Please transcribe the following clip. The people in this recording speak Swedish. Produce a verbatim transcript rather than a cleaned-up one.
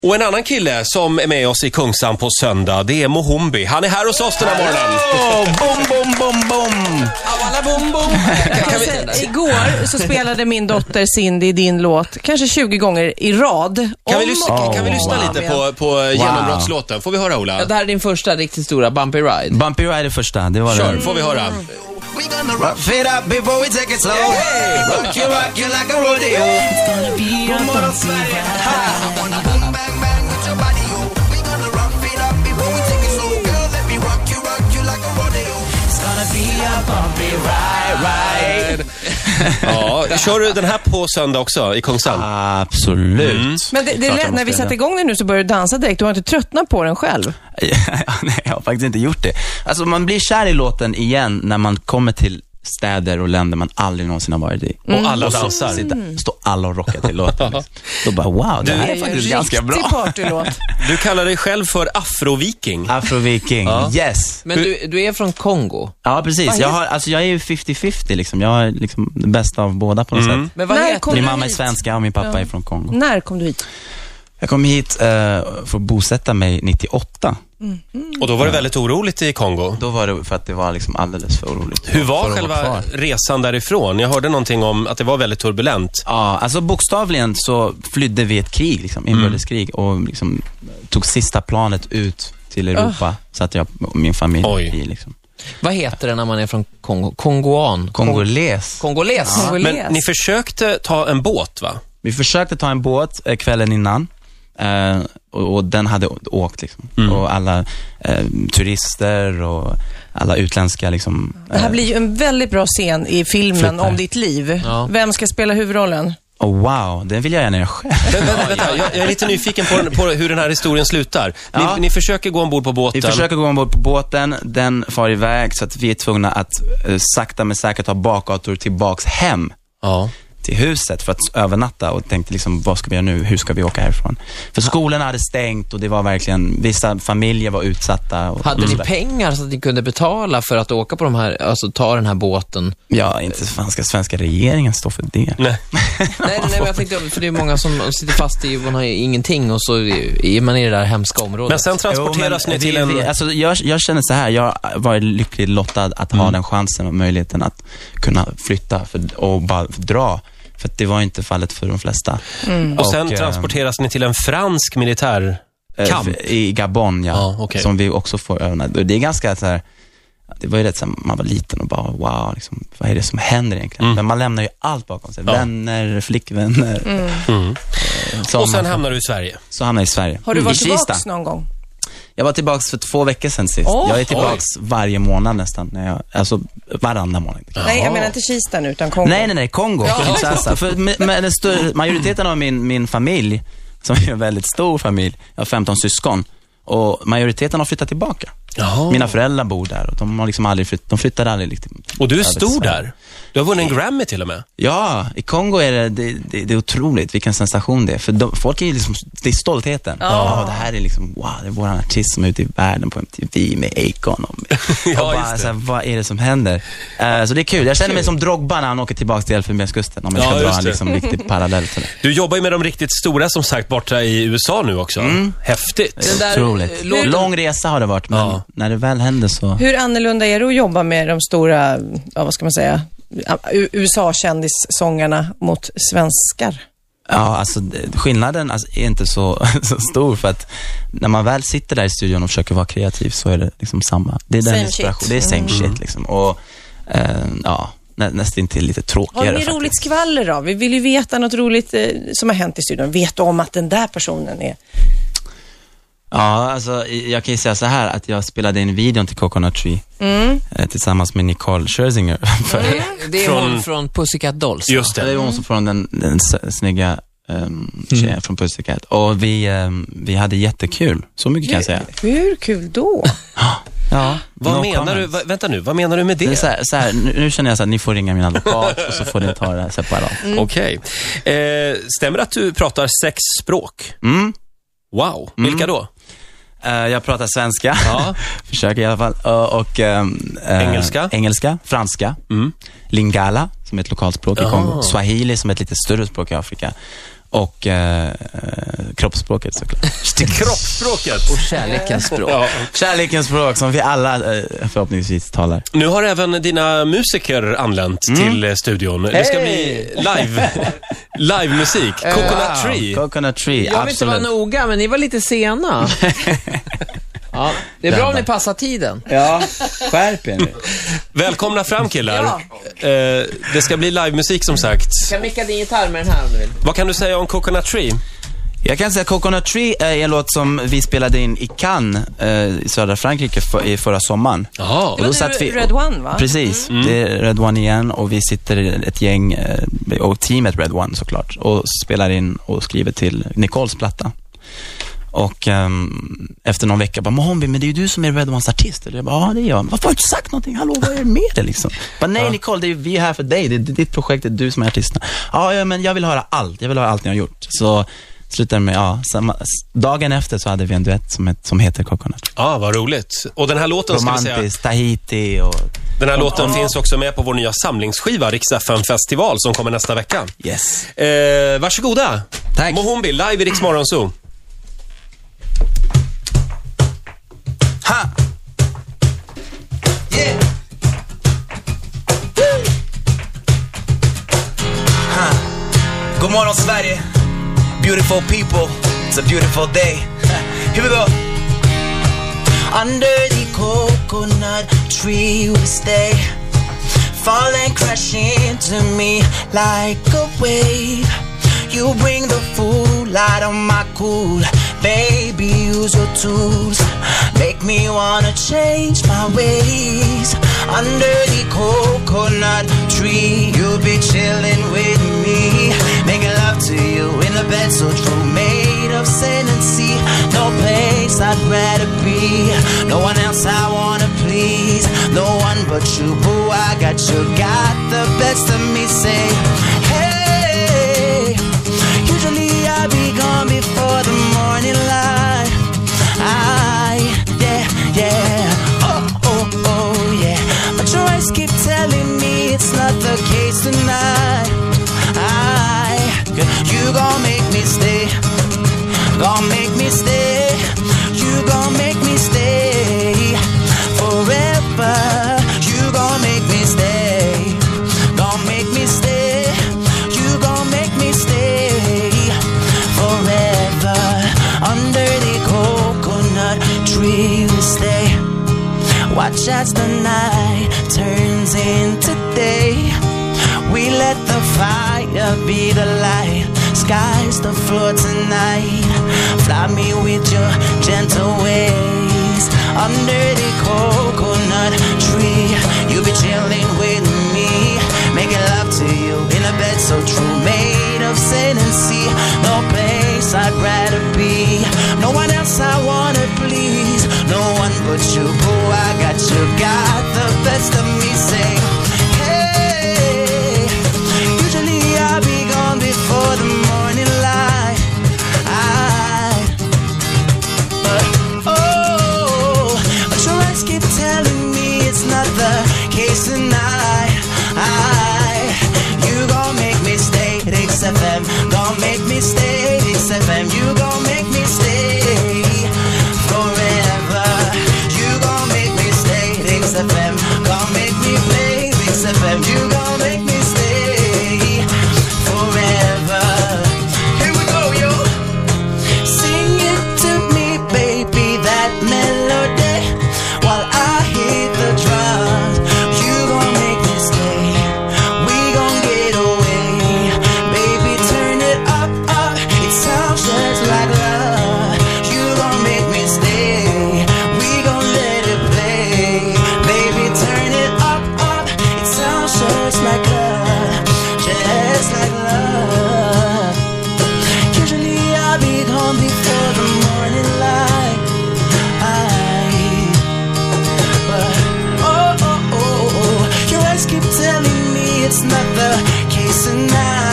Och en annan kille som är med oss i Kungsan på söndag, det är Mohombi. Han är här hos oss den här morgonen. Oh, bom, bom, bom, bom. Alla bom, bom. Vi... Igår så spelade min dotter Cindy din låt kanske tjugo gånger i rad. Kan vi lyssna, oh, kan vi lyssna wow. lite på, på wow. genombrottslåten? Får vi höra, Ola? Ja, det här är din första riktigt stora Bumpy Ride. Bumpy Ride är första, det var sure, det. Får vi höra? Mm. Rock it up before we take it slow. Hey! Rock you, rock you like a rodeo. It's gonna be a bumpy ride. Boom, bang, bang with your body, yo. We gonna rock it up before we take it slow. Girl, let me rock you, rock you like a rodeo. It's gonna be a bumpy ride, ride. Ja, kör du den här på söndag också i Kungsan? Absolut. Mm. Men det, det är lätt, när vi sätter igång den nu så börjar du dansa direkt. Du har inte tröttnat på den själv? Nej, jag har faktiskt inte gjort det. Alltså man blir kär i låten igen när man kommer till städer och länder man aldrig någonsin har varit i. Mm. Och alla och dansar. Sitter, står alla och rockar till låten. Liksom. Då bara, wow, det här är, är faktiskt ganska bra. Partylåt. Du kallar dig själv för afroviking. Afroviking, ja. Yes. Men du, du är från Kongo? Ja, precis. Jag, har, alltså, jag är ju femtio femtio liksom. Jag har liksom det bästa av båda på något mm. sätt. Men vad heter min mamma är svenska och min pappa ja. är från Kongo. När kom du hit? Jag kom hit uh, för att bosätta mig nittioåtta. Mm. Mm. Och då var det väldigt oroligt i Kongo? Då var det för att det var liksom alldeles för oroligt. Hur var själva resan därifrån? Jag hörde någonting om att det var väldigt turbulent. Ja, alltså bokstavligen så flydde vi ett krig, liksom, inbördeskrig mm. och liksom tog sista planet ut till Europa. Oh. Så att jag och min familj i liksom. Vad heter det när man är från Kongo? Kongoan? Kongoles. Kongoles. Ja. Men ni försökte ta en båt, va? Vi försökte ta en båt eh, kvällen innan. Uh, och, och den hade åkt liksom. Mm. Och alla uh, turister och alla utländska liksom, uh, det här blir ju en väldigt bra scen i filmen flyttar. Om ditt liv. Ja. Vem ska spela huvudrollen? Oh, wow, den vill jag gärna göra själv. Men, vänta, vänta. Jag, jag är lite nyfiken på, på hur den här historien slutar. Ni, ja. ni försöker gå ombord på båten. Vi försöker gå ombord på båten. Den far iväg så att vi är tvungna att uh, sakta men säkert ta bakgator tillbaks hem. Ja. Till huset för att övernatta och tänkte liksom, vad ska vi göra nu? Hur ska vi åka härifrån? För skolorna hade stängt och det var verkligen, vissa familjer var utsatta. Och, hade och ni pengar så att ni kunde betala för att åka på de här, alltså ta den här båten? Ja, inte fan ska svenska regeringen stå för det. Nej. nej, nej, men jag tänkte, för det är många som sitter fast i, man har ingenting och så är man i det där hemska området. Men sen transporteras jo, men ni till vi, en... Alltså, jag, jag känner så här, jag var lyckligt lottad att mm. ha den chansen och möjligheten att kunna flytta för, och bara dra. För att det var inte fallet för de flesta. Mm. Och, och sen äh, transporteras ni till en fransk militärkamp? Äh, I Gabon, ja. Ah, okay. Som vi också får övna. Det är ganska så här, det var ju rätt så här, man var liten och bara, wow, liksom, vad är det som händer egentligen? Mm. Men man lämnar ju allt bakom sig. Ja. Vänner, flickvänner. Mm. Mm. Äh, och sen hamnar du i Sverige? Så hamnar jag i Sverige. Har du varit tillbaka någon gång? Jag var tillbaka för två veckor sedan sist. Oh, jag är tillbaka oj. varje månad nästan. När jag, alltså varannan månad. Nej, jag menar inte Kista utan Kongo. Nej, nej, nej, Kongo. Ja. För med, med den större, majoriteten av min, min familj, som är en väldigt stor familj, jag har femton syskon, och majoriteten har flyttat tillbaka. Jaha. Mina föräldrar bor där och de har liksom aldrig flytt, de flyttade aldrig liksom. Och du är stor där. Du har vunnit en Grammy till och med. Ja, i Kongo är det, det, det, det är otroligt vilken sensation det är. För de, folk är ju liksom, det är stoltheten. Ja, oh, det här är liksom, wow, det är våran artist som är ute i världen på M T V med Akon. Och, med, ja, och bara, så här, vad är det som händer? Uh, så det är kul. Jag känner kul. mig som Drogba när han åker tillbaka till Elfenbenskusten. Om jag ska ja, dra en liksom riktigt parallell till det. Du jobbar ju med de riktigt stora som sagt borta i U S A nu också. Mm. Häftigt. Det är otroligt. Lång, lång resa har det varit, men ja. när det väl händer så... Hur annorlunda är det att jobba med de stora, ja, vad ska man säga, U S A-kändissångarna mot svenskar? Ja, alltså skillnaden alltså, är inte så, så stor, för att när man väl sitter där i studion och försöker vara kreativ så är det liksom samma. Det är den same inspiration. Shit. Det är same mm. shit liksom. Och eh, ja, nä, nästan till lite tråkigare. Har ni faktiskt. roligt skvaller då? Vi vill ju veta något roligt eh, som har hänt i studion. Vet du om att den där personen är... Ja, alltså jag kan ju säga så här att jag spelade in videon till Coconut Tree mm. eh, tillsammans med Nicole Scherzinger. Mm. Det är från, hon från Pussycat Dolls. Just det. Det är hon som från den, den snygga um, tjejen mm. från Pussycat. Och vi, um, vi hade jättekul. Så mycket kan jag säga. Hur kul då? Ja. Vad no menar comments. du? Va, vänta nu, vad menar du med det? det är så här, så här, nu, nu känner jag så att ni får ringa min advokat och så får ni ta det här separat. Mm. Okej. Okay. Eh, stämmer att du pratar sex språk? Mm. Wow. Mm. Vilka då? Uh, jag pratar svenska. Ja. Försöker i alla fall. Uh, och um, uh, engelska. Engelska, franska. Mm. Lingala, som är ett lokalspråk i Kongo. Swahili, som är ett lite större språk i Afrika. Och eh, kroppsspråket såklart. Kroppsspråket. Och kärlekens språk. Ja. Kärlekens språk som vi alla eh, förhoppningsvis talar. Nu har även dina musiker anlänt mm. till studion. Det ska bli live live-musik. Coconut Tree. Coconut Tree, Jag vill inte vara noga, men ni var lite sena. Ja, det är bra om ni passar tiden. Ja, skärp er nu. Välkomna fram, killar. Ja. Eh, det ska bli live-musik som sagt. Du kan micka din gitarr med den här om du vill. Vad kan du säga om Coconut Tree? Jag kan säga att Coconut Tree är en låt som vi spelade in i Cannes eh, i södra Frankrike för, i förra sommaren. Jaha. Det var satt vi... Red One, va? Precis, mm. det är Red One igen och vi sitter ett gäng eh, och teamet Red One såklart och spelar in och skriver till Nicoles platta. Och um, efter någon vecka bara, Mohombi, men det är ju du som är Red Ones artist. Eller jag bara, ja det är jag. Varför har du inte sagt någonting? Hallå, vad är det med det liksom? Bara, nej Nicole, det är, vi är här för dig. Det är ditt projekt, det är du som är artisten. Ja, ja, men jag vill höra allt. Jag vill höra allt ni har gjort. Så slutade med, ja, samma, dagen efter så hade vi en duett som, som heter Coconut. Ja, vad roligt. Och den här låten romantisk, ska vi säga... Tahiti och... Den här låten mm. finns också med på vår nya samlingsskiva Rix F M Festival som kommer nästa vecka. Yes. Eh, varsågoda. Tack. Mohombi, live i Rix Morgon Zoo. Ha! Yeah! Ha! God morgon Sverige. Beautiful people. It's a beautiful day. Here we go. Under the coconut tree we stay, falling crashing to me like a wave. You bring the full light on my cool. Baby, use your tools. Make me wanna change my ways. Under the coconut tree, you'll be chilling with me, making love to you in a bed so true, made of sand and sea. No place I'd rather be, no one else I wanna please, no one but you. Boo, I got you, got the best of me. Say, hey, usually I'll be gone before the morning light. I, yeah, yeah, oh, oh, oh, yeah. But your eyes keep telling me it's not the case tonight. I, you gon' make me stay, gon' make me stay. You gon' make me stay forever. You gon' make me stay, gon' make me stay. You gon' make me stay forever. Under the coconut tree we stay. Watch as the night turns into day. We let the fire be the light. Sky's the floor tonight. Fly me with your gentle ways. Under the coconut tree, you be chilling with me, making love to you in a bed so true, made of sand and sea. No place I'd rather be, no one else I wanna please, no one but you. Boo, I got you, got the best of me. Say, hey, usually I'll be gone before the morning light. I, but oh, but your eyes keep telling me it's not the case tonight. I, you gon' make me stay at X F M, gon' make me stay at X F M. You gon' make me stay forever. You gon' make me stay at X F M, gon' make me play X F M. You gon' make me stay forever. Here we go, yo. Sing it to me, baby, that melody, while I hit the drums. You gon' make me stay, we gon' get away. Baby, turn it up, up, it sounds just like love. You gon' make me stay, we gon' let it play. Baby, turn it up, up, it sounds just like love, just like love. Usually I'll be gone before the morning light. I, but oh, oh, oh, oh, your eyes keep telling me it's not the case tonight.